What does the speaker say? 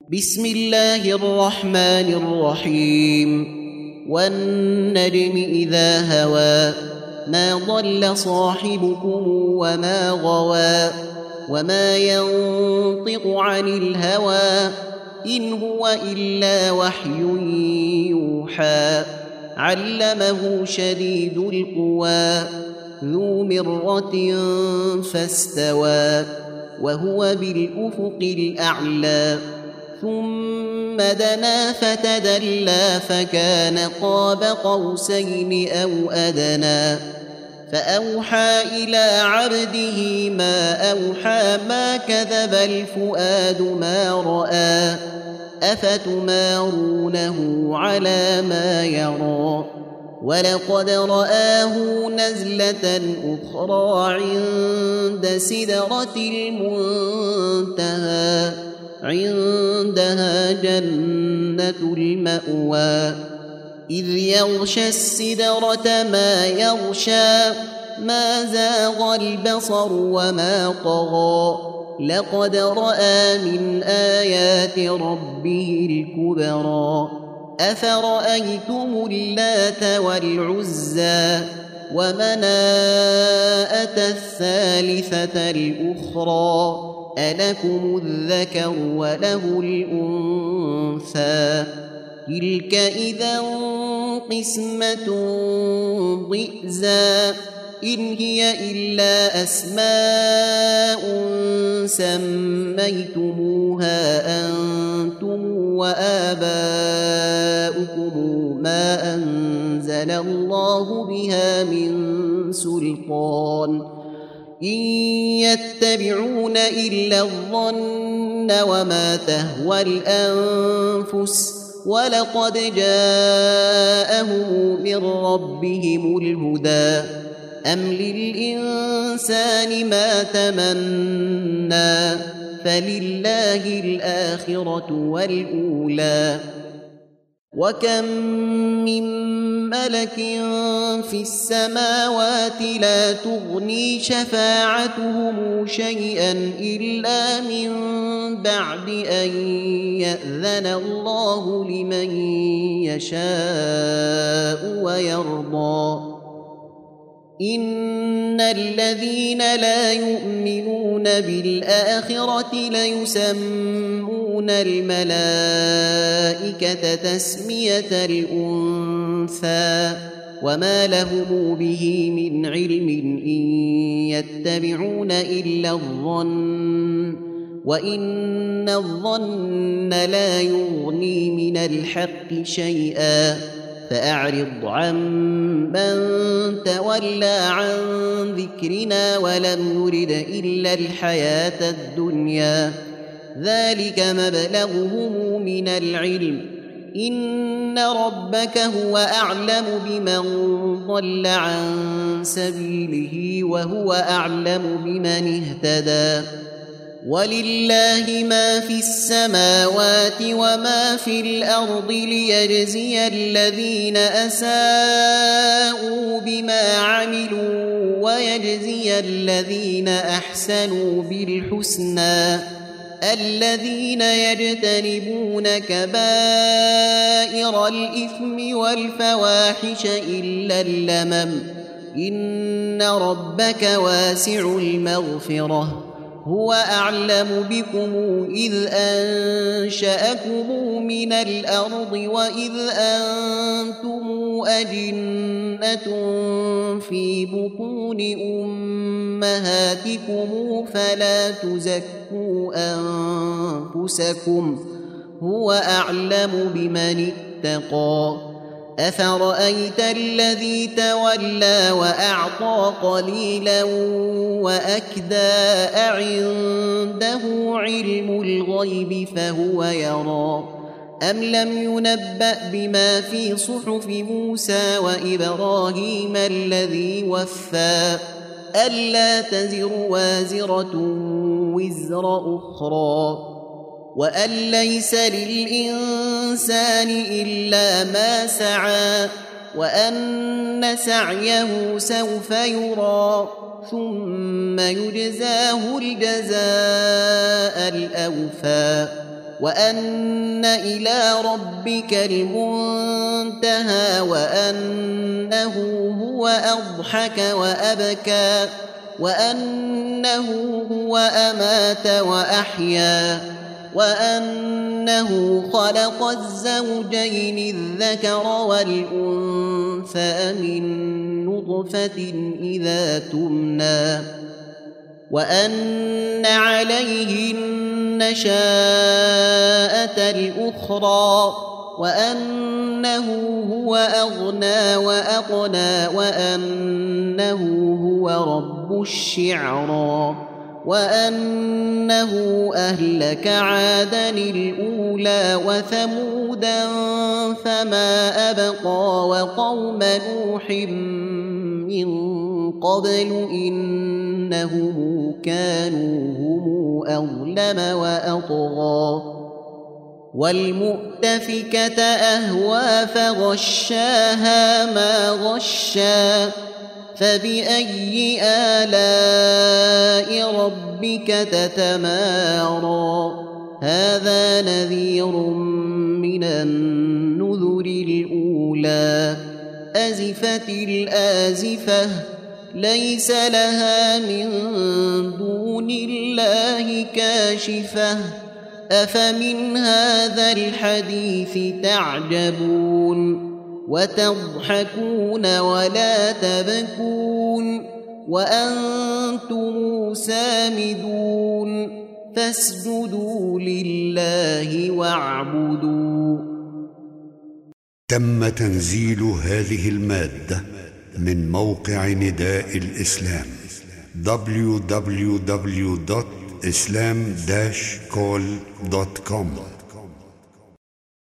بسم الله الرحمن الرحيم والنجم إذا هوى ما ضل صاحبكم وما غوى وما ينطق عن الهوى إن هو إلا وحي يوحى علمه شديد القوى ذو مرة فاستوى وهو بالأفق الأعلى ثم دنا فتدلى فكان قاب قوسين أو أدنى فأوحى إلى عبده ما أوحى ما كذب الفؤاد ما رأى أفتمارونه على ما يرى ولقد رآه نزلة أخرى عند سدرة المنتهى عندها جنة المأوى إذ يغشى السدرة ما يغشى ما زاغ البصر وما طغى لقد رأى من آيات ربه الكبرى أفرأيتم اللات والعزى ومناءة الثالثة الأخرى ألكم الذكر وله الأنثى تلك إذا قسمة ضئزى إن هي إلا أسماء سميتموها أنتم وآباؤكم ما أنزل الله بها من سلطان إن يتبعون إلا الظن وما تهوى الأنفس ولقد جاءهم من ربهم الهدى أم للإنسان ما تمنى فلله الآخرة والأولى وكم من ملك في السماوات لا تغني شفاعتهم شيئا إلا من بعد أن يأذن الله لمن يشاء ويرضى إن الذين لا يؤمنون بالآخرة ليسمون الملائكة تسمية الأنثى وما لهم به من علم إن يتبعون إلا الظن وإن الظن لا يغني من الحق شيئا فأعرض عمن تولى عن ذكرنا ولم يرد إلا الحياة الدنيا ذلك مبلغهم من العلم إن ربك هو أعلم بمن ضل عن سبيله وهو أعلم بمن اهتدى ولله ما في السماوات وما في الأرض ليجزي الذين أساءوا بما عملوا ويجزي الذين أحسنوا بالحسنى الذين يجتنبون كبائر الإثم والفواحش إلا اللمم إن ربك واسع المغفرة هو أعلم بكم إذ أنشأكم من الأرض وإذ أنتم أجنة في بطون أمهاتكم فلا تزكوا أنفسكم هو أعلم بمن اتقى أفرأيت الذي تولى وأعطى قليلا وأكدى أعنده علم الغيب فهو يرى أم لم ينبأ بما في صحف موسى وإبراهيم الذي وفى ألا تزر وازرة وزر أخرى وأن ليس للإنسان إلا ما سعى وأن سعيه سوف يرى ثم يجزاه الجزاء الأوفى وأن إلى ربك المنتهى وأنه هو أضحك وأبكى وأنه هو أمات وأحيا وأنه خلق الزوجين الذكر والأنثى من نطفة إذا تمنى وأن عليه النشاءة الأخرى وأنه هو أغنى وأقنى وأنه هو رب الشعرى وأنه أهلك عادا الأولى وثمودا فما أبقى وقوم نوح من قبل إنهم كانوا هم أظلم وأطغى والمؤتفكة أهوى فغشاها ما غشا فبأي آلاء ربك تتمارى هذا نذير من النذر الأولى أزفت الآزفة ليس لها من دون الله كاشفة أفمن هذا الحديث تعجبون وتضحكون ولا تبكون وأنتم سامدون فاسجدوا لله واعبدوا. تم تنزيل هذه المادة من موقع نداء الإسلام www.islam-call.com